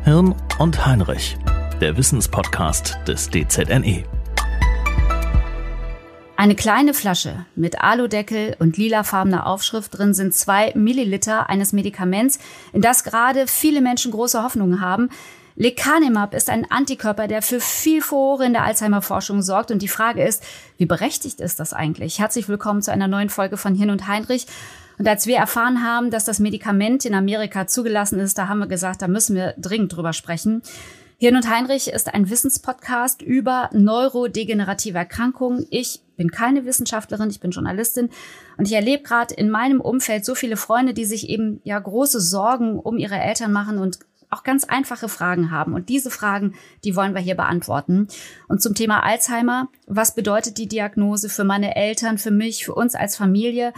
Hirn und Heinrich, der Wissenspodcast des DZNE. Eine kleine Flasche mit Aludeckel und lilafarbener Aufschrift drin sind 2 Milliliter eines Medikaments, in das gerade viele Menschen große Hoffnungen haben. Lecanemab ist ein Antikörper, der für viel Furore in der Alzheimer-Forschung sorgt. Und die Frage ist, wie berechtigt ist das eigentlich? Herzlich willkommen zu einer neuen Folge von Hirn und Heinrich. Und als wir erfahren haben, dass das Medikament in Amerika zugelassen ist, da haben wir gesagt, da müssen wir dringend drüber sprechen. Hirn und Heinrich ist ein Wissenspodcast über neurodegenerative Erkrankungen. Ich bin keine Wissenschaftlerin, ich bin Journalistin und ich erlebe gerade in meinem Umfeld so viele Freunde, die sich eben große Sorgen um ihre Eltern machen und auch ganz einfache Fragen haben. Und diese Fragen, die wollen wir hier beantworten. Und zum Thema Alzheimer, was bedeutet die Diagnose für meine Eltern, für mich, für uns als Familie?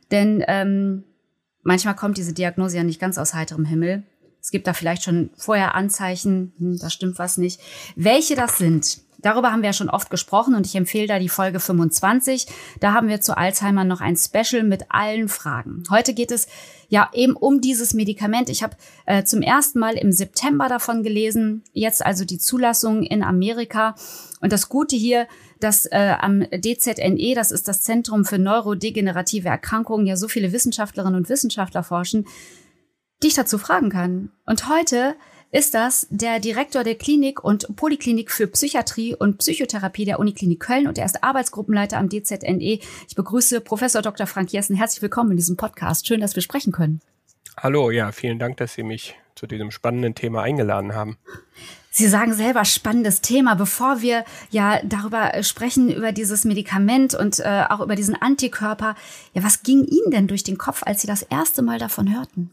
Denn manchmal kommt diese Diagnose ja nicht ganz aus heiterem Himmel. Es gibt da vielleicht schon vorher Anzeichen, da stimmt was nicht. Welche das sind, darüber haben wir ja schon oft gesprochen und ich empfehle da die Folge 25. Da haben wir zu Alzheimer noch ein Special mit allen Fragen. Heute geht es ja eben um dieses Medikament. Ich habe zum ersten Mal im September davon gelesen, jetzt also die Zulassung in Amerika. Und das Gute hier, dass am DZNE, das ist das Zentrum für neurodegenerative Erkrankungen, ja so viele Wissenschaftlerinnen und Wissenschaftler forschen, die ich dazu fragen kann. Und heute ist das der Direktor der Klinik und Poliklinik für Psychiatrie und Psychotherapie der Uniklinik Köln und er ist Arbeitsgruppenleiter am DZNE. Ich begrüße Professor Dr. Frank Jessen. Herzlich willkommen in diesem Podcast. Schön, dass wir sprechen können. Hallo, ja, vielen Dank, dass Sie mich zu diesem spannenden Thema eingeladen haben. Sie sagen selber spannendes Thema. Bevor wir ja darüber sprechen, über dieses Medikament und auch über diesen Antikörper, ja, was ging Ihnen denn durch den Kopf, als Sie das erste Mal davon hörten?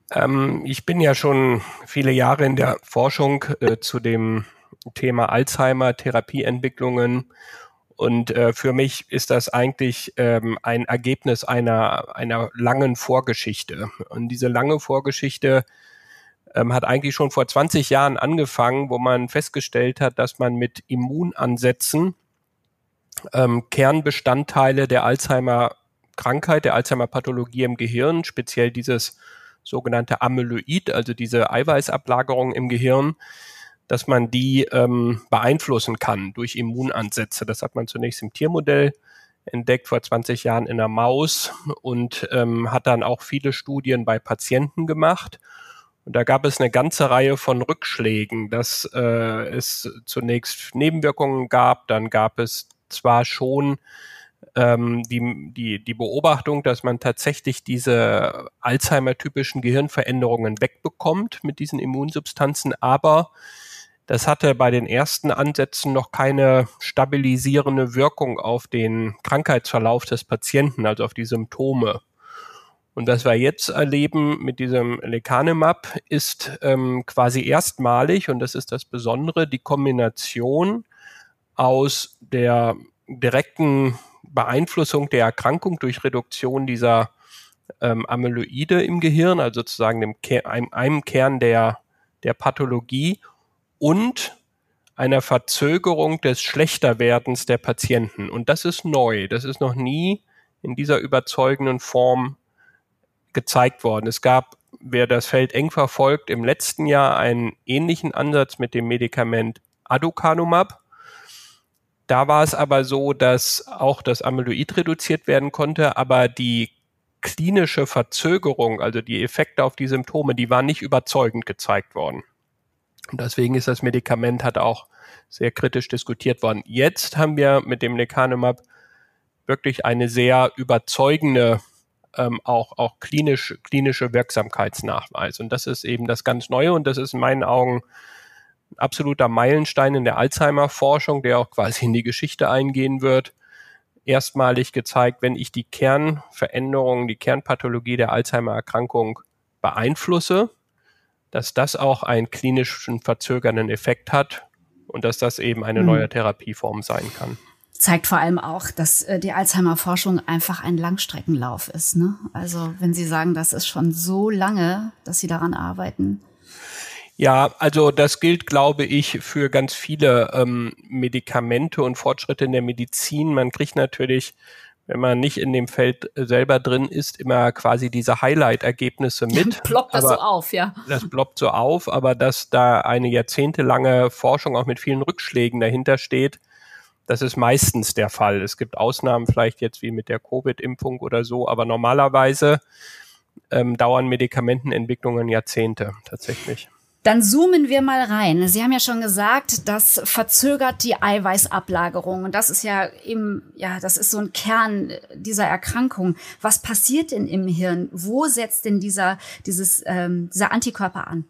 Ich bin ja schon viele Jahre in der Forschung zu dem Thema Alzheimer, Therapieentwicklungen und für mich ist das eigentlich ein Ergebnis einer langen Vorgeschichte. Und diese lange Vorgeschichte hat eigentlich schon vor 20 Jahren angefangen, wo man festgestellt hat, dass man mit Immunansätzen Kernbestandteile der Alzheimer-Krankheit, der Alzheimer-Pathologie im Gehirn, speziell dieses sogenannte Amyloid, also diese Eiweißablagerung im Gehirn, dass man die beeinflussen kann durch Immunansätze. Das hat man zunächst im Tiermodell entdeckt, vor 20 Jahren in der Maus und hat dann auch viele Studien bei Patienten gemacht. Und da gab es eine ganze Reihe von Rückschlägen, dass es zunächst Nebenwirkungen gab, dann gab es zwar schon die Beobachtung, dass man tatsächlich diese Alzheimer-typischen Gehirnveränderungen wegbekommt mit diesen Immunsubstanzen, aber das hatte bei den ersten Ansätzen noch keine stabilisierende Wirkung auf den Krankheitsverlauf des Patienten, also auf die Symptome. Und was wir jetzt erleben mit diesem Lecanemab ist quasi erstmalig, und das ist das Besondere, die Kombination aus der direkten Beeinflussung der Erkrankung durch Reduktion dieser Amyloide im Gehirn, also sozusagen einem Kern der Pathologie und einer Verzögerung des Schlechterwerdens der Patienten. Und das ist neu. Das ist noch nie in dieser überzeugenden Form gezeigt worden. Es gab, wer das Feld eng verfolgt, im letzten Jahr einen ähnlichen Ansatz mit dem Medikament Aducanumab. Da war es aber so, dass auch das Amyloid reduziert werden konnte, aber die klinische Verzögerung, also die Effekte auf die Symptome, die waren nicht überzeugend gezeigt worden. Und deswegen ist das Medikament halt auch sehr kritisch diskutiert worden. Jetzt haben wir mit dem Lecanemab wirklich eine sehr überzeugende, auch klinische Wirksamkeitsnachweis. Und das ist eben das ganz Neue und das ist in meinen Augen absoluter Meilenstein in der Alzheimer-Forschung, der auch quasi in die Geschichte eingehen wird. Erstmalig gezeigt, wenn ich die Kernveränderungen, die Kernpathologie der Alzheimer-Erkrankung beeinflusse, dass das auch einen klinischen verzögernden Effekt hat und dass das eben eine neue Therapieform sein kann. Zeigt vor allem auch, dass die Alzheimer-Forschung einfach ein Langstreckenlauf ist, ne? Also wenn Sie sagen, das ist schon so lange, dass Sie daran arbeiten. Ja, also das gilt, glaube ich, für ganz viele Medikamente und Fortschritte in der Medizin. Man kriegt natürlich wenn man nicht in dem Feld selber drin ist, immer quasi diese Highlight-Ergebnisse mit. Ploppt das so auf, ja. Das ploppt so auf, aber dass da eine jahrzehntelange Forschung auch mit vielen Rückschlägen dahinter steht, das ist meistens der Fall. Es gibt Ausnahmen vielleicht jetzt wie mit der Covid-Impfung oder so, aber normalerweise dauern Medikamentenentwicklungen Jahrzehnte tatsächlich. Dann zoomen wir mal rein. Sie haben ja schon gesagt, das verzögert die Eiweißablagerung. Und das ist ja eben, das ist so ein Kern dieser Erkrankung. Was passiert denn im Hirn? Wo setzt denn dieser Antikörper an?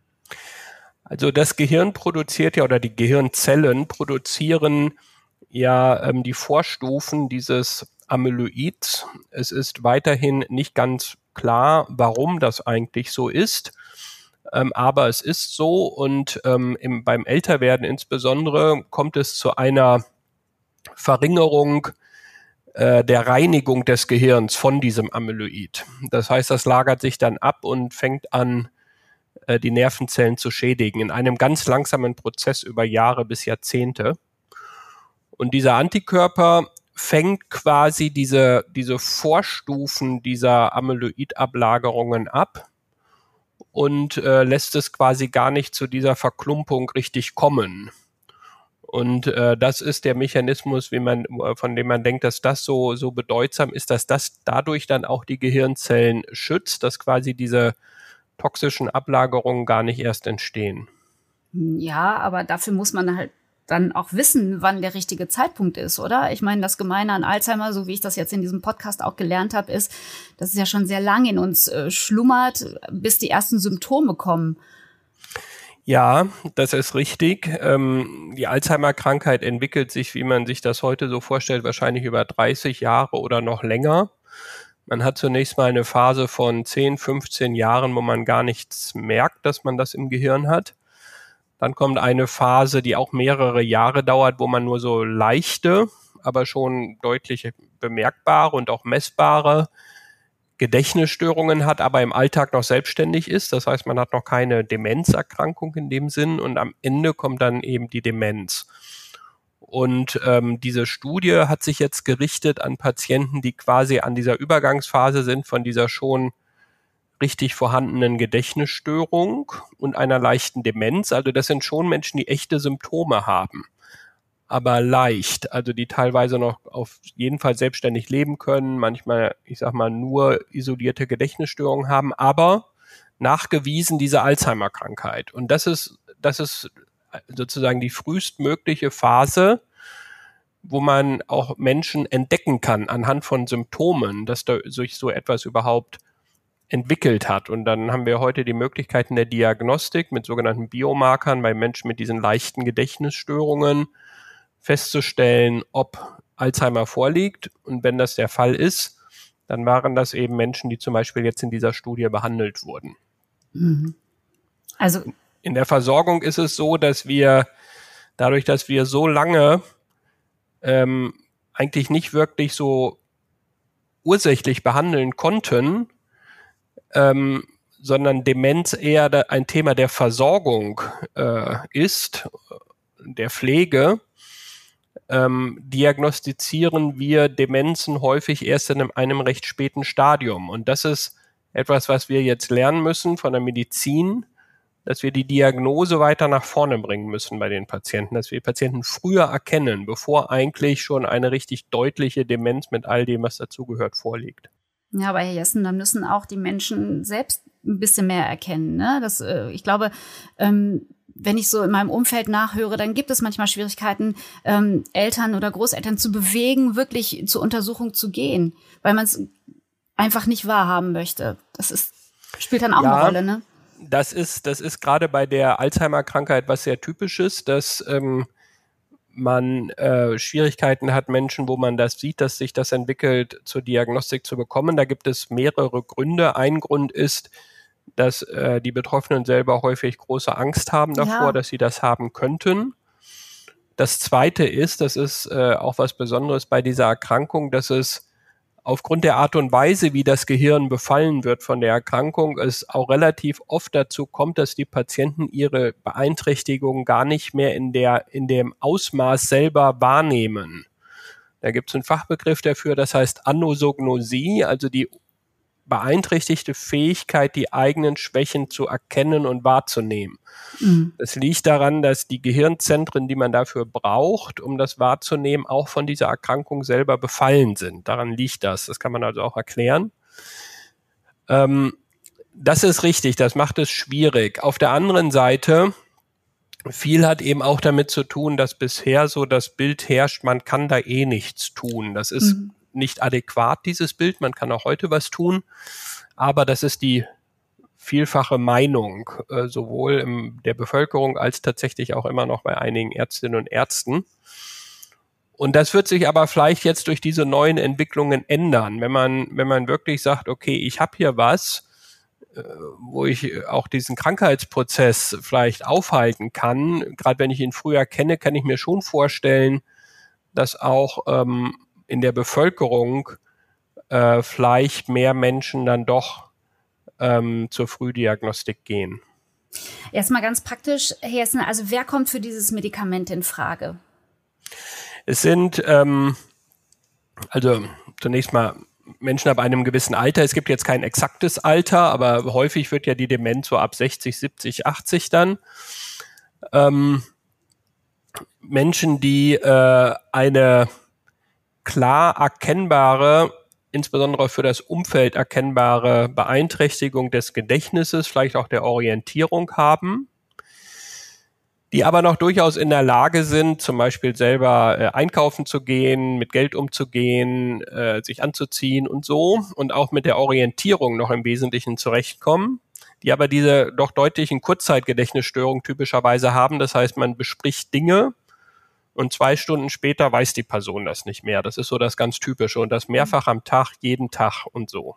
Also das Gehirn produziert ja, oder die Gehirnzellen produzieren ja die Vorstufen dieses Amyloids. Es ist weiterhin nicht ganz klar, warum das eigentlich so ist. Aber es ist so, und beim Älterwerden insbesondere kommt es zu einer Verringerung der Reinigung des Gehirns von diesem Amyloid. Das heißt, das lagert sich dann ab und fängt an, die Nervenzellen zu schädigen, in einem ganz langsamen Prozess über Jahre bis Jahrzehnte. Und dieser Antikörper fängt quasi diese Vorstufen dieser Amyloidablagerungen ab und lässt es quasi gar nicht zu dieser Verklumpung richtig kommen. Und das ist der Mechanismus, von dem man denkt, dass das so bedeutsam ist, dass das dadurch dann auch die Gehirnzellen schützt, dass quasi diese toxischen Ablagerungen gar nicht erst entstehen. Ja, aber dafür muss man halt dann auch wissen, wann der richtige Zeitpunkt ist, oder? Ich meine, das Gemeine an Alzheimer, so wie ich das jetzt in diesem Podcast auch gelernt habe, ist, dass es ja schon sehr lange in uns schlummert, bis die ersten Symptome kommen. Ja, das ist richtig. Die Alzheimer-Krankheit entwickelt sich, wie man sich das heute so vorstellt, wahrscheinlich über 30 Jahre oder noch länger. Man hat zunächst mal eine Phase von 10, 15 Jahren, wo man gar nichts merkt, dass man das im Gehirn hat. Dann kommt eine Phase, die auch mehrere Jahre dauert, wo man nur so leichte, aber schon deutlich bemerkbare und auch messbare Gedächtnisstörungen hat, aber im Alltag noch selbstständig ist. Das heißt, man hat noch keine Demenzerkrankung in dem Sinn, und am Ende kommt dann eben die Demenz. Und diese Studie hat sich jetzt gerichtet an Patienten, die quasi an dieser Übergangsphase sind von dieser schon richtig vorhandenen Gedächtnisstörung und einer leichten Demenz. Also das sind schon Menschen, die echte Symptome haben, aber leicht, also die teilweise noch auf jeden Fall selbstständig leben können, manchmal, ich sag mal, nur isolierte Gedächtnisstörungen haben, aber nachgewiesen diese Alzheimer-Krankheit. Und das ist sozusagen die frühestmögliche Phase, wo man auch Menschen entdecken kann anhand von Symptomen, dass da sich so etwas überhaupt entwickelt hat. Und dann haben wir heute die Möglichkeiten der Diagnostik mit sogenannten Biomarkern bei Menschen mit diesen leichten Gedächtnisstörungen festzustellen, ob Alzheimer vorliegt. Und wenn das der Fall ist, dann waren das eben Menschen, die zum Beispiel jetzt in dieser Studie behandelt wurden. Mhm. Also in der Versorgung ist es so, dass wir dadurch, dass wir so lange eigentlich nicht wirklich so ursächlich behandeln konnten, sondern Demenz eher ein Thema der Versorgung ist, der Pflege, diagnostizieren wir Demenzen häufig erst in einem recht späten Stadium. Und das ist etwas, was wir jetzt lernen müssen von der Medizin, dass wir die Diagnose weiter nach vorne bringen müssen bei den Patienten, dass wir Patienten früher erkennen, bevor eigentlich schon eine richtig deutliche Demenz mit all dem, was dazugehört, vorliegt. Ja, aber Herr Jessen, dann müssen auch die Menschen selbst ein bisschen mehr erkennen. Ne? Ich glaube, wenn ich so in meinem Umfeld nachhöre, dann gibt es manchmal Schwierigkeiten, Eltern oder Großeltern zu bewegen, wirklich zur Untersuchung zu gehen, weil man es einfach nicht wahrhaben möchte. Spielt dann auch eine Rolle, ne? Das ist gerade bei der Alzheimer-Krankheit was sehr Typisches, dass man Schwierigkeiten hat, Menschen, wo man das sieht, dass sich das entwickelt, zur Diagnostik zu bekommen. Da gibt es mehrere Gründe. Ein Grund ist, dass die Betroffenen selber häufig große Angst haben davor, dass sie das haben könnten. Das Zweite ist, das ist auch was Besonderes bei dieser Erkrankung, dass es aufgrund der Art und Weise, wie das Gehirn befallen wird von der Erkrankung, es auch relativ oft dazu kommt, dass die Patienten ihre Beeinträchtigung gar nicht mehr in dem Ausmaß selber wahrnehmen. Da gibt es einen Fachbegriff dafür, das heißt Anosognosie, also die beeinträchtigte Fähigkeit, die eigenen Schwächen zu erkennen und wahrzunehmen. Das liegt daran, dass die Gehirnzentren, die man dafür braucht, um das wahrzunehmen, auch von dieser Erkrankung selber befallen sind. Daran liegt das. Das kann man also auch erklären. Das ist richtig, das macht es schwierig. Auf der anderen Seite, viel hat eben auch damit zu tun, dass bisher so das Bild herrscht, man kann da eh nichts tun. Das ist nicht adäquat, dieses Bild. Man kann auch heute was tun. Aber das ist die vielfache Meinung, sowohl in der Bevölkerung als tatsächlich auch immer noch bei einigen Ärztinnen und Ärzten. Und das wird sich aber vielleicht jetzt durch diese neuen Entwicklungen ändern, wenn man wirklich sagt, okay, ich habe hier was, wo ich auch diesen Krankheitsprozess vielleicht aufhalten kann. Gerade wenn ich ihn früher kenne, kann ich mir schon vorstellen, dass auch in der Bevölkerung vielleicht mehr Menschen dann doch zur Frühdiagnostik gehen. Erstmal ganz praktisch, Herr Jessen, also wer kommt für dieses Medikament in Frage? Es sind also zunächst mal Menschen ab einem gewissen Alter. Es gibt jetzt kein exaktes Alter, aber häufig wird ja die Demenz so ab 60, 70, 80 dann. Menschen, die eine klar erkennbare, insbesondere für das Umfeld erkennbare Beeinträchtigung des Gedächtnisses, vielleicht auch der Orientierung haben, die aber noch durchaus in der Lage sind, zum Beispiel selber einkaufen zu gehen, mit Geld umzugehen, sich anzuziehen und so und auch mit der Orientierung noch im Wesentlichen zurechtkommen, die aber diese doch deutlichen Kurzzeitgedächtnisstörungen typischerweise haben. Das heißt, man bespricht Dinge und 2 Stunden später weiß die Person das nicht mehr. Das ist so das ganz Typische und das mehrfach am Tag, jeden Tag und so.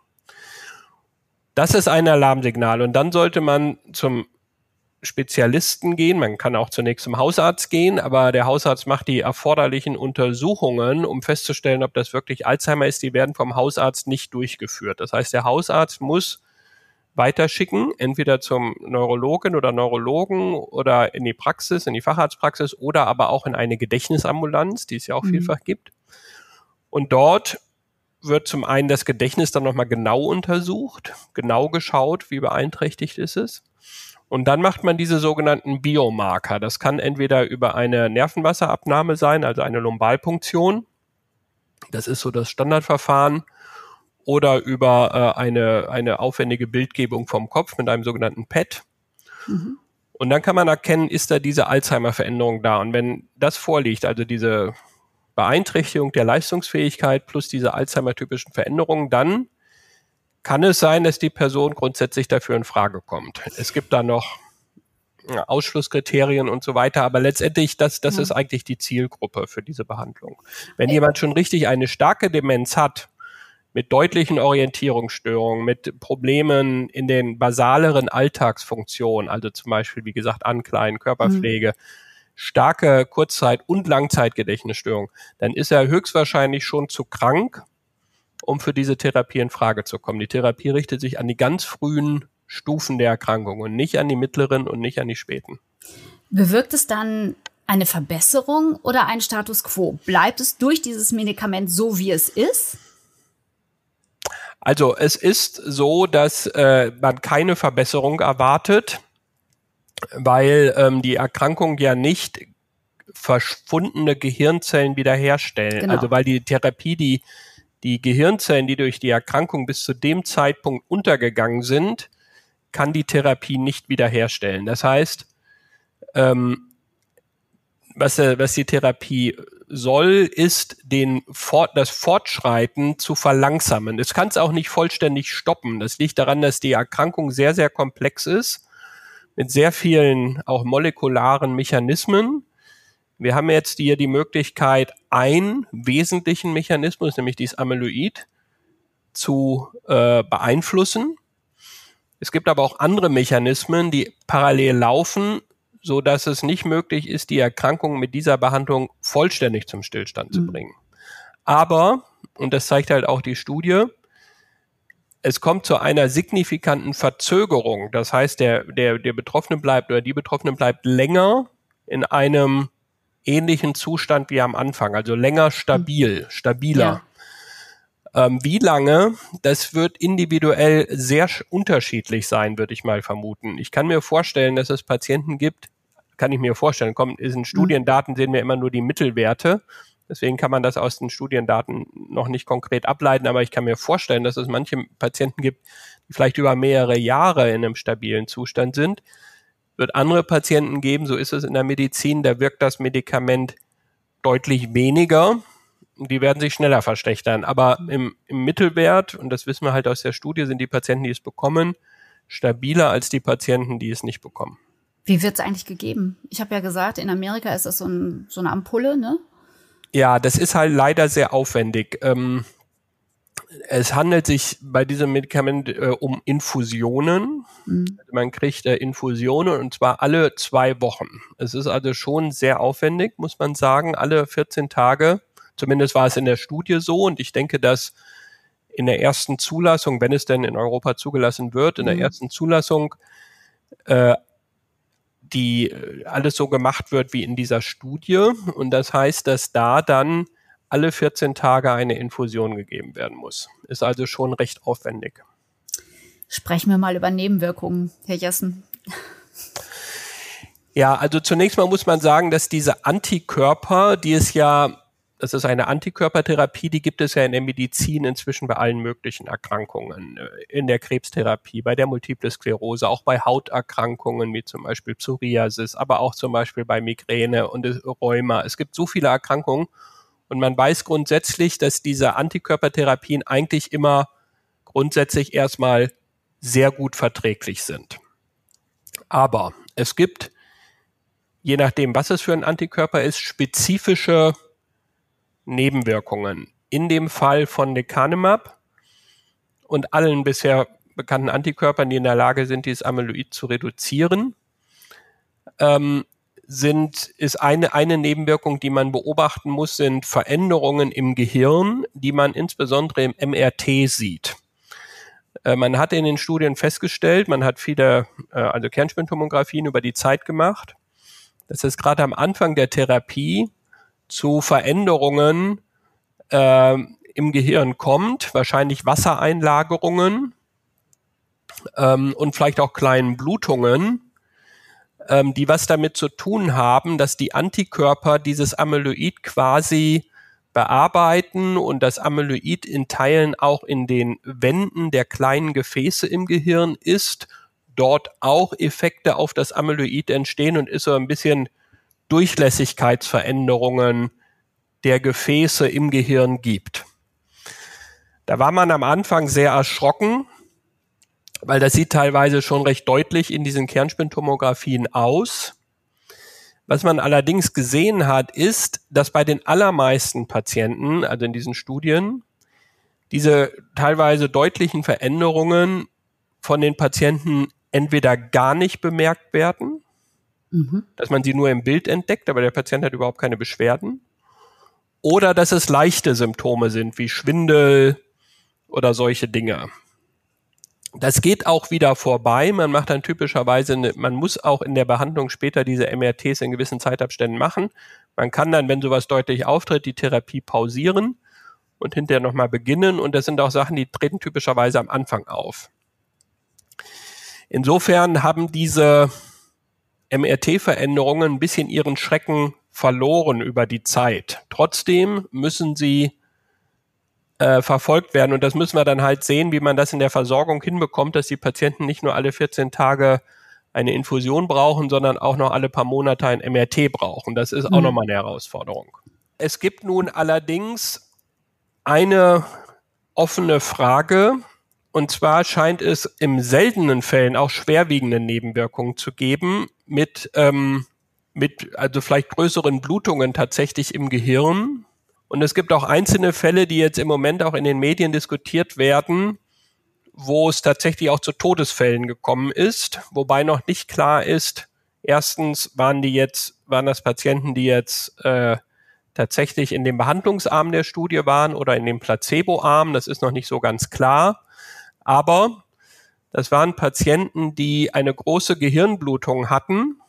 Das ist ein Alarmsignal und dann sollte man zum Spezialisten gehen. Man kann auch zunächst zum Hausarzt gehen, aber der Hausarzt macht die erforderlichen Untersuchungen, um festzustellen, ob das wirklich Alzheimer ist. Die werden vom Hausarzt nicht durchgeführt. Das heißt, der Hausarzt muss weiterschicken, entweder zum Neurologen oder Neurologen oder in die Praxis, in die Facharztpraxis oder aber auch in eine Gedächtnisambulanz, die es ja auch vielfach gibt. Und dort wird zum einen das Gedächtnis dann nochmal genau untersucht, genau geschaut, wie beeinträchtigt ist es. Und dann macht man diese sogenannten Biomarker. Das kann entweder über eine Nervenwasserabnahme sein, also eine Lumbalpunktion. Das ist so das Standardverfahren. Oder über eine aufwendige Bildgebung vom Kopf mit einem sogenannten PET. Und dann kann man erkennen, ist da diese Alzheimer-Veränderung da. Und wenn das vorliegt, also diese Beeinträchtigung der Leistungsfähigkeit plus diese Alzheimer-typischen Veränderungen, dann kann es sein, dass die Person grundsätzlich dafür in Frage kommt. Es gibt da noch Ausschlusskriterien und so weiter, aber letztendlich, das ist eigentlich die Zielgruppe für diese Behandlung. Wenn jemand schon richtig eine starke Demenz hat, mit deutlichen Orientierungsstörungen, mit Problemen in den basaleren Alltagsfunktionen, also zum Beispiel, wie gesagt, Ankleiden, Körperpflege, starke Kurzzeit- und Langzeitgedächtnisstörungen, dann ist er höchstwahrscheinlich schon zu krank, um für diese Therapie in Frage zu kommen. Die Therapie richtet sich an die ganz frühen Stufen der Erkrankung und nicht an die mittleren und nicht an die späten. Bewirkt es dann eine Verbesserung oder ein Status quo? Bleibt es durch dieses Medikament so, wie es ist? Also es ist so, dass man keine Verbesserung erwartet, weil die Erkrankung ja nicht verschwundene Gehirnzellen wiederherstellen. Genau. Also weil die Therapie die Gehirnzellen, die durch die Erkrankung bis zu dem Zeitpunkt untergegangen sind, kann die Therapie nicht wiederherstellen. Das heißt, was die Therapie soll, ist das Fortschreiten zu verlangsamen. Es kann es auch nicht vollständig stoppen. Das liegt daran, dass die Erkrankung sehr, sehr komplex ist, mit sehr vielen auch molekularen Mechanismen. Wir haben jetzt hier die Möglichkeit, einen wesentlichen Mechanismus, nämlich dieses Amyloid, zu beeinflussen. Es gibt aber auch andere Mechanismen, die parallel laufen, so dass es nicht möglich ist, die Erkrankung mit dieser Behandlung vollständig zum Stillstand zu bringen. Aber, und das zeigt halt auch die Studie, es kommt zu einer signifikanten Verzögerung. Das heißt, der Betroffene bleibt oder die Betroffene bleibt länger in einem ähnlichen Zustand wie am Anfang, also länger stabiler. Ja. Wie lange, das wird individuell sehr unterschiedlich sein, würde ich mal vermuten. Ich kann mir vorstellen, dass es Patienten gibt, in Studiendaten sehen wir immer nur die Mittelwerte. Deswegen kann man das aus den Studiendaten noch nicht konkret ableiten, aber ich kann mir vorstellen, dass es manche Patienten gibt, die vielleicht über mehrere Jahre in einem stabilen Zustand sind. Wird andere Patienten geben, so ist es in der Medizin, da wirkt das Medikament deutlich weniger. Die werden sich schneller verschlechtern. Aber im Mittelwert, und das wissen wir halt aus der Studie, sind die Patienten, die es bekommen, stabiler als die Patienten, die es nicht bekommen. Wie wird es eigentlich gegeben? Ich habe ja gesagt, in Amerika ist das so eine Ampulle, ne? Ja, das ist halt leider sehr aufwendig. Es handelt sich bei diesem Medikament um Infusionen. Also man kriegt Infusionen und zwar alle 2 Wochen. Es ist also schon sehr aufwendig, muss man sagen, alle 14 Tage. Zumindest war es in der Studie so und ich denke, dass in der ersten Zulassung, wenn es denn in Europa zugelassen wird, in der ersten Zulassung alles so gemacht wird wie in dieser Studie. Und das heißt, dass da dann alle 14 Tage eine Infusion gegeben werden muss. Ist also schon recht aufwendig. Sprechen wir mal über Nebenwirkungen, Herr Jessen. Ja, also zunächst mal muss man sagen, dass diese Antikörper, das ist eine Antikörpertherapie, die gibt es ja in der Medizin inzwischen bei allen möglichen Erkrankungen. In der Krebstherapie, bei der Multiple Sklerose, auch bei Hauterkrankungen wie zum Beispiel Psoriasis, aber auch zum Beispiel bei Migräne und Rheuma. Es gibt so viele Erkrankungen und man weiß grundsätzlich, dass diese Antikörpertherapien eigentlich immer grundsätzlich erstmal sehr gut verträglich sind. Aber es gibt, je nachdem, was es für ein Antikörper ist, spezifische Nebenwirkungen. In dem Fall von Lecanemab und allen bisher bekannten Antikörpern, die in der Lage sind, dieses Amyloid zu reduzieren, ist eine Nebenwirkung, die man beobachten muss, sind Veränderungen im Gehirn, die man insbesondere im MRT sieht. Man hat in den Studien festgestellt, man hat viele Kernspintomographien über die Zeit gemacht, dass es gerade am Anfang der Therapie zu Veränderungen im Gehirn kommt, wahrscheinlich Wassereinlagerungen und vielleicht auch kleinen Blutungen, die was damit zu tun haben, dass die Antikörper dieses Amyloid quasi bearbeiten und das Amyloid in Teilen auch in den Wänden der kleinen Gefäße im Gehirn ist, dort auch Effekte auf das Amyloid entstehen und ist so ein bisschen Durchlässigkeitsveränderungen der Gefäße im Gehirn gibt. Da war man am Anfang sehr erschrocken, weil das sieht teilweise schon recht deutlich in diesen Kernspintomographien aus. Was man allerdings gesehen hat, ist, dass bei den allermeisten Patienten, also in diesen Studien, diese teilweise deutlichen Veränderungen von den Patienten entweder gar nicht bemerkt werden, dass man sie nur im Bild entdeckt, aber der Patient hat überhaupt keine Beschwerden. Oder dass es leichte Symptome sind, wie Schwindel oder solche Dinge. Das geht auch wieder vorbei. Man macht dann typischerweise, man muss auch in der Behandlung später diese MRTs in gewissen Zeitabständen machen. Man kann dann, wenn sowas deutlich auftritt, die Therapie pausieren und hinterher nochmal beginnen. Und das sind auch Sachen, die treten typischerweise am Anfang auf. Insofern haben diese MRT-Veränderungen ein bisschen ihren Schrecken verloren über die Zeit. Trotzdem müssen sie verfolgt werden und das müssen wir dann halt sehen, wie man das in der Versorgung hinbekommt, dass die Patienten nicht nur alle 14 Tage eine Infusion brauchen, sondern auch noch alle paar Monate ein MRT brauchen. Das ist auch nochmal eine Herausforderung. Es gibt nun allerdings eine offene Frage, und zwar scheint es in seltenen Fällen auch schwerwiegende Nebenwirkungen zu geben mit also vielleicht größeren Blutungen tatsächlich im Gehirn. Und es gibt auch einzelne Fälle, die jetzt im Moment auch in den Medien diskutiert werden, wo es tatsächlich auch zu Todesfällen gekommen ist, wobei noch nicht klar ist, erstens waren das Patienten, die jetzt tatsächlich in dem Behandlungsarm der Studie waren oder in dem Placeboarm, das ist noch nicht so ganz klar. Aber das waren Patienten, die eine große Gehirnblutung hatten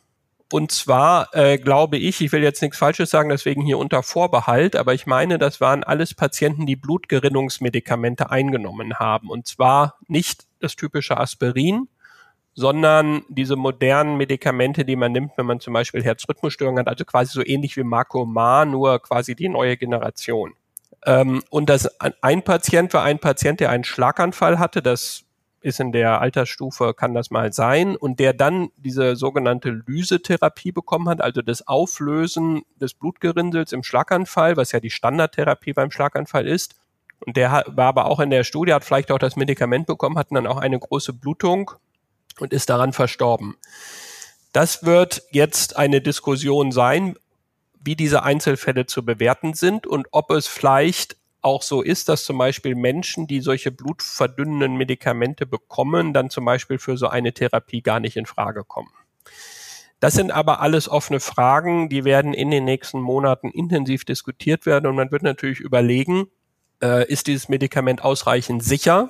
Und zwar glaube ich will jetzt nichts Falsches sagen, deswegen hier unter Vorbehalt, aber ich meine, das waren alles Patienten, die Blutgerinnungsmedikamente eingenommen haben. Und zwar nicht das typische Aspirin, sondern diese modernen Medikamente, die man nimmt, wenn man zum Beispiel Herzrhythmusstörungen hat, also quasi so ähnlich wie Marcomar, nur quasi die neue Generation. Und ein Patient, der einen Schlaganfall hatte, das ist in der Altersstufe, kann das mal sein, und der dann diese sogenannte Lysetherapie bekommen hat, also das Auflösen des Blutgerinnsels im Schlaganfall, was ja die Standardtherapie beim Schlaganfall ist. Und der war aber auch in der Studie, hat vielleicht auch das Medikament bekommen, hat dann auch eine große Blutung und ist daran verstorben. Das wird jetzt eine Diskussion sein, wie diese Einzelfälle zu bewerten sind und ob es vielleicht auch so ist, dass zum Beispiel Menschen, die solche blutverdünnenden Medikamente bekommen, dann zum Beispiel für so eine Therapie gar nicht in Frage kommen. Das sind aber alles offene Fragen, die werden in den nächsten Monaten intensiv diskutiert werden und man wird natürlich überlegen, ist dieses Medikament ausreichend sicher?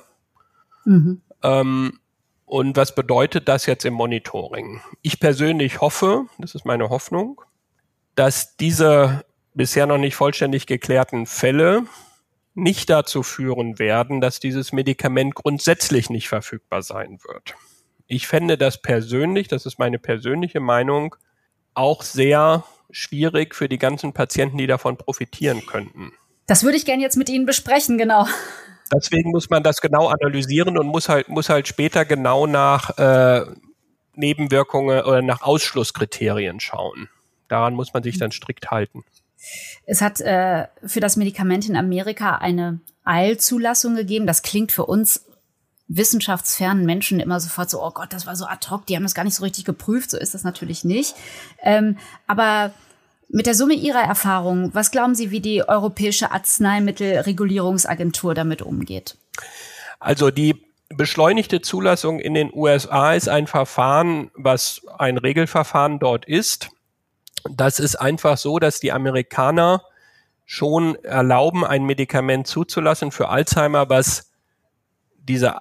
Und was bedeutet das jetzt im Monitoring? Ich persönlich hoffe, das ist meine Hoffnung, dass diese bisher noch nicht vollständig geklärten Fälle nicht dazu führen werden, dass dieses Medikament grundsätzlich nicht verfügbar sein wird. Ich fände das persönlich, das ist meine persönliche Meinung, auch sehr schwierig für die ganzen Patienten, die davon profitieren könnten. Das würde ich gerne jetzt mit Ihnen besprechen, genau. Deswegen muss man das genau analysieren und muss halt später genau nach Nebenwirkungen oder nach Ausschlusskriterien schauen. Daran muss man sich dann strikt halten. Es hat für das Medikament in Amerika eine Eilzulassung gegeben. Das klingt für uns wissenschaftsfernen Menschen immer sofort so, oh Gott, das war so ad hoc, die haben das gar nicht so richtig geprüft. So ist das natürlich nicht. Aber mit der Summe Ihrer Erfahrungen, was glauben Sie, wie die Europäische Arzneimittelregulierungsagentur damit umgeht? Also die beschleunigte Zulassung in den USA ist ein Verfahren, was ein Regelverfahren dort ist. Das ist einfach so, dass die Amerikaner schon erlauben, ein Medikament zuzulassen für Alzheimer, was diese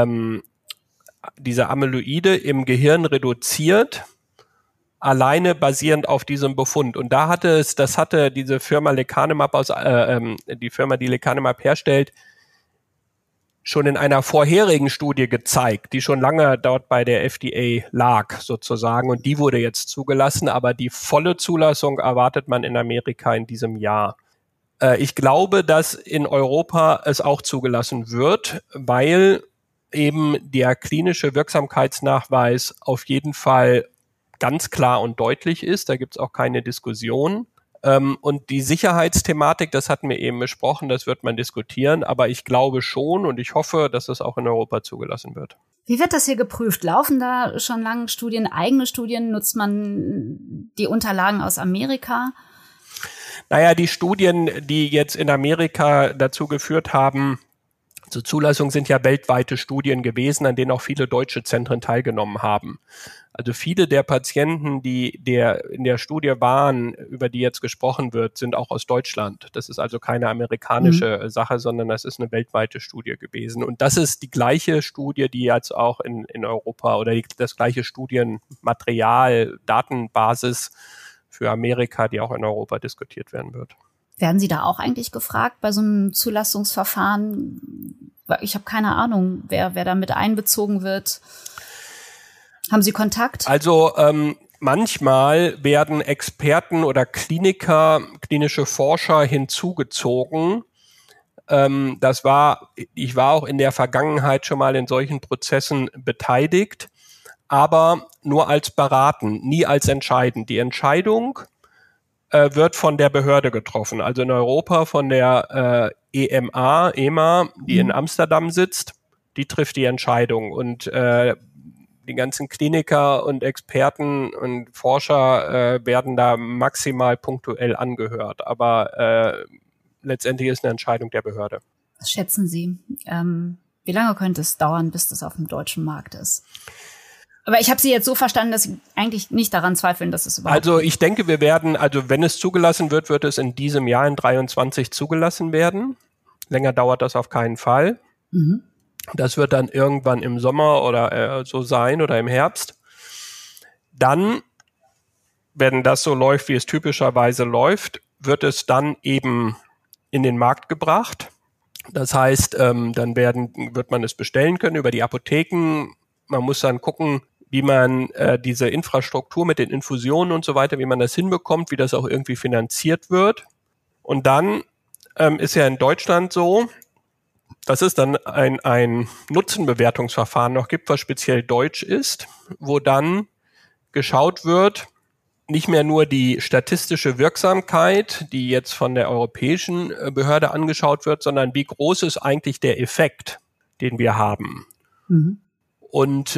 Amyloide im Gehirn reduziert, alleine basierend auf diesem Befund. Und das hatte diese Firma Lecanemab die Firma, die Lecanemab herstellt, schon in einer vorherigen Studie gezeigt, die schon lange dort bei der FDA lag sozusagen, und die wurde jetzt zugelassen, aber die volle Zulassung erwartet man in Amerika in diesem Jahr. Ich glaube, dass in Europa es auch zugelassen wird, weil eben der klinische Wirksamkeitsnachweis auf jeden Fall ganz klar und deutlich ist. Da gibt es auch keine Diskussion. Und die Sicherheitsthematik, das hatten wir eben besprochen, das wird man diskutieren. Aber ich glaube schon und ich hoffe, dass es auch in Europa zugelassen wird. Wie wird das hier geprüft? Laufen da schon lange Studien, eigene Studien? Nutzt man die Unterlagen aus Amerika? Naja, die Studien, die jetzt in Amerika dazu geführt haben, zur Zulassung, sind ja weltweite Studien gewesen, an denen auch viele deutsche Zentren teilgenommen haben. Also viele der Patienten, die in der Studie waren, über die jetzt gesprochen wird, sind auch aus Deutschland. Das ist also keine amerikanische Sache, sondern das ist eine weltweite Studie gewesen. Und das ist die gleiche Studie, die jetzt auch in Europa oder das gleiche Studienmaterial, Datenbasis für Amerika, die auch in Europa diskutiert werden wird. Werden Sie da auch eigentlich gefragt bei so einem Zulassungsverfahren? Ich habe keine Ahnung, wer da mit einbezogen wird. Haben Sie Kontakt? Also manchmal werden Experten oder Kliniker, klinische Forscher hinzugezogen. Ich war auch in der Vergangenheit schon mal in solchen Prozessen beteiligt, aber nur als beraten, nie als entscheidend. Die Entscheidung wird von der Behörde getroffen, also in Europa von der EMA, die in Amsterdam sitzt, die trifft die Entscheidung und die ganzen Kliniker und Experten und Forscher werden da maximal punktuell angehört, aber letztendlich ist eine Entscheidung der Behörde. Was schätzen Sie? Wie lange könnte es dauern, bis das auf dem deutschen Markt ist? Aber ich habe Sie jetzt so verstanden, dass Sie eigentlich nicht daran zweifeln, dass es überhaupt... Also ich denke, wenn es zugelassen wird, wird es in diesem Jahr in 2023 zugelassen werden. Länger dauert das auf keinen Fall. Mhm. Das wird dann irgendwann im Sommer oder so sein oder im Herbst. Dann wenn das so läuft, wie es typischerweise läuft, wird es dann eben in den Markt gebracht. Das heißt, dann wird man es bestellen können über die Apotheken. Man muss dann gucken, wie man diese Infrastruktur mit den Infusionen und so weiter, wie man das hinbekommt, wie das auch irgendwie finanziert wird. Und dann ist ja in Deutschland so, dass es dann ein Nutzenbewertungsverfahren noch gibt, was speziell deutsch ist, wo dann geschaut wird, nicht mehr nur die statistische Wirksamkeit, die jetzt von der europäischen Behörde angeschaut wird, sondern wie groß ist eigentlich der Effekt, den wir haben. Mhm. Und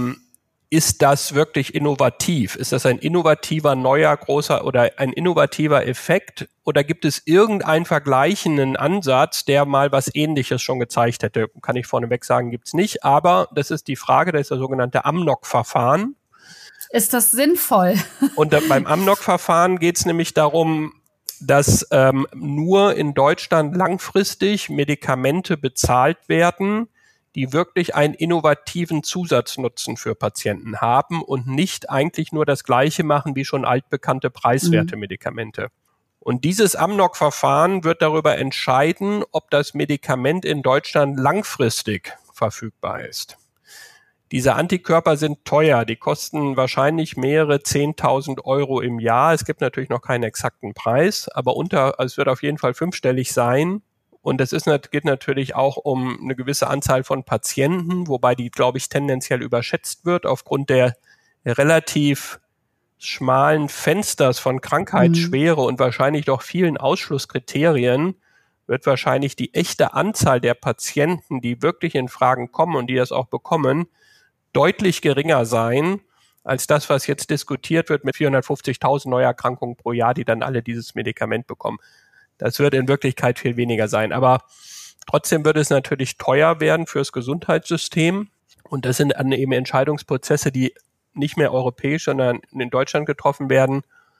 ist das wirklich innovativ? Ist das ein innovativer, neuer, großer oder ein innovativer Effekt? Oder gibt es irgendeinen vergleichenden Ansatz, der mal was Ähnliches schon gezeigt hätte? Kann ich vorneweg sagen, gibt's nicht. Aber das ist die Frage, das ist das sogenannte AMNOG-Verfahren. Ist das sinnvoll? Und beim AMNOG-Verfahren geht es nämlich darum, dass nur in Deutschland langfristig Medikamente bezahlt werden, die wirklich einen innovativen Zusatznutzen für Patienten haben und nicht eigentlich nur das Gleiche machen wie schon altbekannte preiswerte Medikamente. Und dieses AMNOG-Verfahren wird darüber entscheiden, ob das Medikament in Deutschland langfristig verfügbar ist. Diese Antikörper sind teuer, die kosten wahrscheinlich mehrere 10.000 € im Jahr. Es gibt natürlich noch keinen exakten Preis, aber es wird auf jeden Fall fünfstellig sein. Und es geht natürlich auch um eine gewisse Anzahl von Patienten, wobei die, glaube ich, tendenziell überschätzt wird aufgrund der relativ schmalen Fensters von Krankheitsschwere und wahrscheinlich doch vielen Ausschlusskriterien wird wahrscheinlich die echte Anzahl der Patienten, die wirklich in Fragen kommen und die das auch bekommen, deutlich geringer sein als das, was jetzt diskutiert wird mit 450.000 Neuerkrankungen pro Jahr, die dann alle dieses Medikament bekommen. Das wird in Wirklichkeit viel weniger sein. Aber trotzdem wird es natürlich teuer werden fürs Gesundheitssystem. Und das sind dann eben Entscheidungsprozesse, die nicht mehr europäisch, sondern in Deutschland getroffen werden.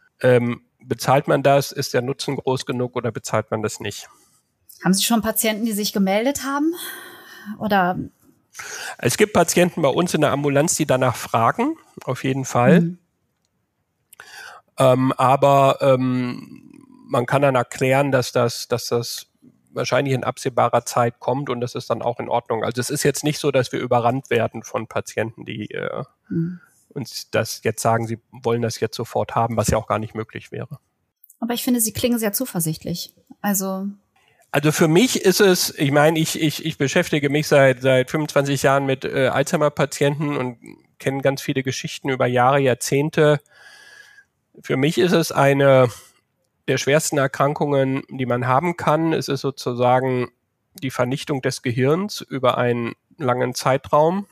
Bezahlt man das? Ist der Nutzen groß genug oder bezahlt man das nicht? Haben Sie schon Patienten, die sich gemeldet haben? Oder? Es gibt Patienten bei uns in der Ambulanz, die danach fragen, auf jeden Fall. Aber man kann dann erklären, dass das wahrscheinlich in absehbarer Zeit kommt und das ist dann auch in Ordnung. Also es ist jetzt nicht so, dass wir überrannt werden von Patienten, die uns das jetzt sagen, sie wollen das jetzt sofort haben, was ja auch gar nicht möglich wäre. Aber ich finde, Sie klingen sehr zuversichtlich. Also für mich ist es, ich meine, ich beschäftige mich seit 25 Jahren mit Alzheimer-Patienten und kenne ganz viele Geschichten über Jahre, Jahrzehnte. Für mich ist es eine der schwersten Erkrankungen, die man haben kann. Es ist sozusagen die Vernichtung des Gehirns über einen langen Zeitraum.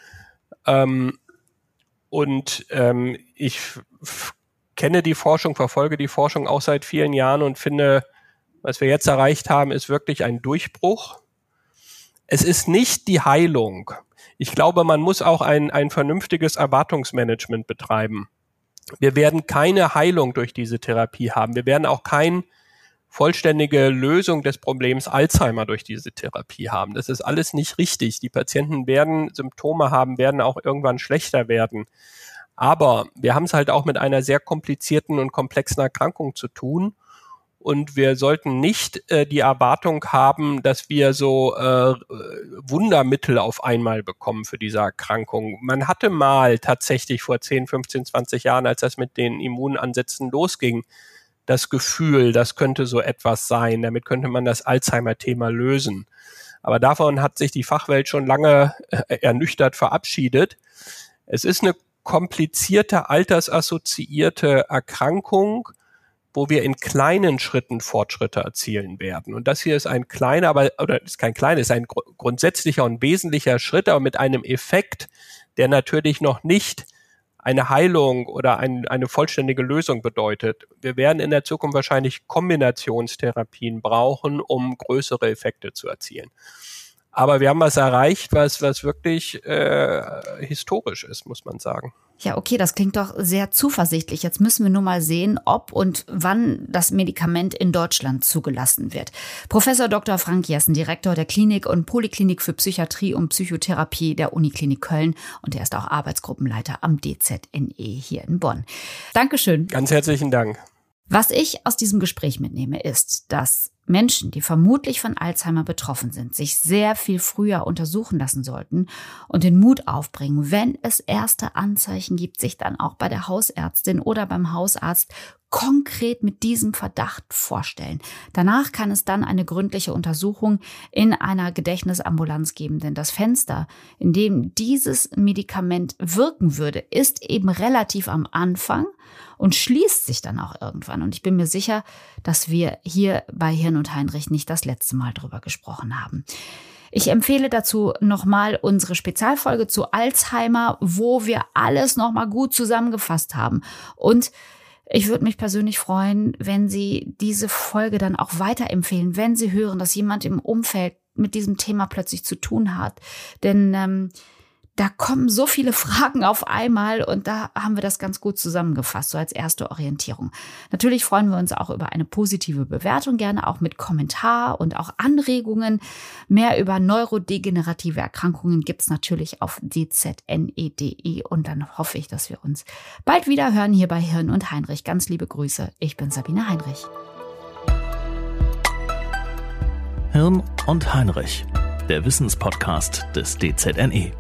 Ich kenne die Forschung, verfolge die Forschung auch seit vielen Jahren und finde, was wir jetzt erreicht haben, ist wirklich ein Durchbruch. Es ist nicht die Heilung. Ich glaube, man muss auch ein vernünftiges Erwartungsmanagement betreiben. Wir werden keine Heilung durch diese Therapie haben. Wir werden auch keine vollständige Lösung des Problems Alzheimer durch diese Therapie haben. Das ist alles nicht richtig. Die Patienten werden Symptome haben, werden auch irgendwann schlechter werden. Aber wir haben es halt auch mit einer sehr komplizierten und komplexen Erkrankung zu tun. Und wir sollten nicht die Erwartung haben, dass wir so Wundermittel auf einmal bekommen für diese Erkrankung. Man hatte mal tatsächlich vor 10, 15, 20 Jahren, als das mit den Immunansätzen losging, das Gefühl, das könnte so etwas sein. Damit könnte man das Alzheimer-Thema lösen. Aber davon hat sich die Fachwelt schon lange ernüchtert verabschiedet. Es ist eine komplizierte, altersassoziierte Erkrankung, wo wir in kleinen Schritten Fortschritte erzielen werden. Und das hier ist ein kleiner, ist kein kleiner, ist ein grundsätzlicher und wesentlicher Schritt, aber mit einem Effekt, der natürlich noch nicht eine Heilung oder eine vollständige Lösung bedeutet. Wir werden in der Zukunft wahrscheinlich Kombinationstherapien brauchen, um größere Effekte zu erzielen. Aber wir haben was erreicht, was wirklich historisch ist, muss man sagen. Ja, okay, das klingt doch sehr zuversichtlich. Jetzt müssen wir nur mal sehen, ob und wann das Medikament in Deutschland zugelassen wird. Professor Dr. Frank Jessen, Direktor der Klinik und Poliklinik für Psychiatrie und Psychotherapie der Uniklinik Köln, und er ist auch Arbeitsgruppenleiter am DZNE hier in Bonn. Dankeschön. Ganz herzlichen Dank. Was ich aus diesem Gespräch mitnehme, ist, dass Menschen, die vermutlich von Alzheimer betroffen sind, sich sehr viel früher untersuchen lassen sollten und den Mut aufbringen, wenn es erste Anzeichen gibt, sich dann auch bei der Hausärztin oder beim Hausarzt konkret mit diesem Verdacht vorstellen. Danach kann es dann eine gründliche Untersuchung in einer Gedächtnisambulanz geben, denn das Fenster, in dem dieses Medikament wirken würde, ist eben relativ am Anfang und schließt sich dann auch irgendwann. Und ich bin mir sicher, dass wir hier bei Hirn und Heinrich nicht das letzte Mal drüber gesprochen haben. Ich empfehle dazu nochmal unsere Spezialfolge zu Alzheimer, wo wir alles nochmal gut zusammengefasst haben. Und ich würde mich persönlich freuen, wenn Sie diese Folge dann auch weiterempfehlen, wenn Sie hören, dass jemand im Umfeld mit diesem Thema plötzlich zu tun hat. Denn da kommen so viele Fragen auf einmal und da haben wir das ganz gut zusammengefasst, so als erste Orientierung. Natürlich freuen wir uns auch über eine positive Bewertung, gerne auch mit Kommentar und auch Anregungen. Mehr über neurodegenerative Erkrankungen gibt's natürlich auf dzne.de und dann hoffe ich, dass wir uns bald wieder hören hier bei Hirn und Heinrich. Ganz liebe Grüße, ich bin Sabine Heinrich. Hirn und Heinrich, der Wissenspodcast des DZNE.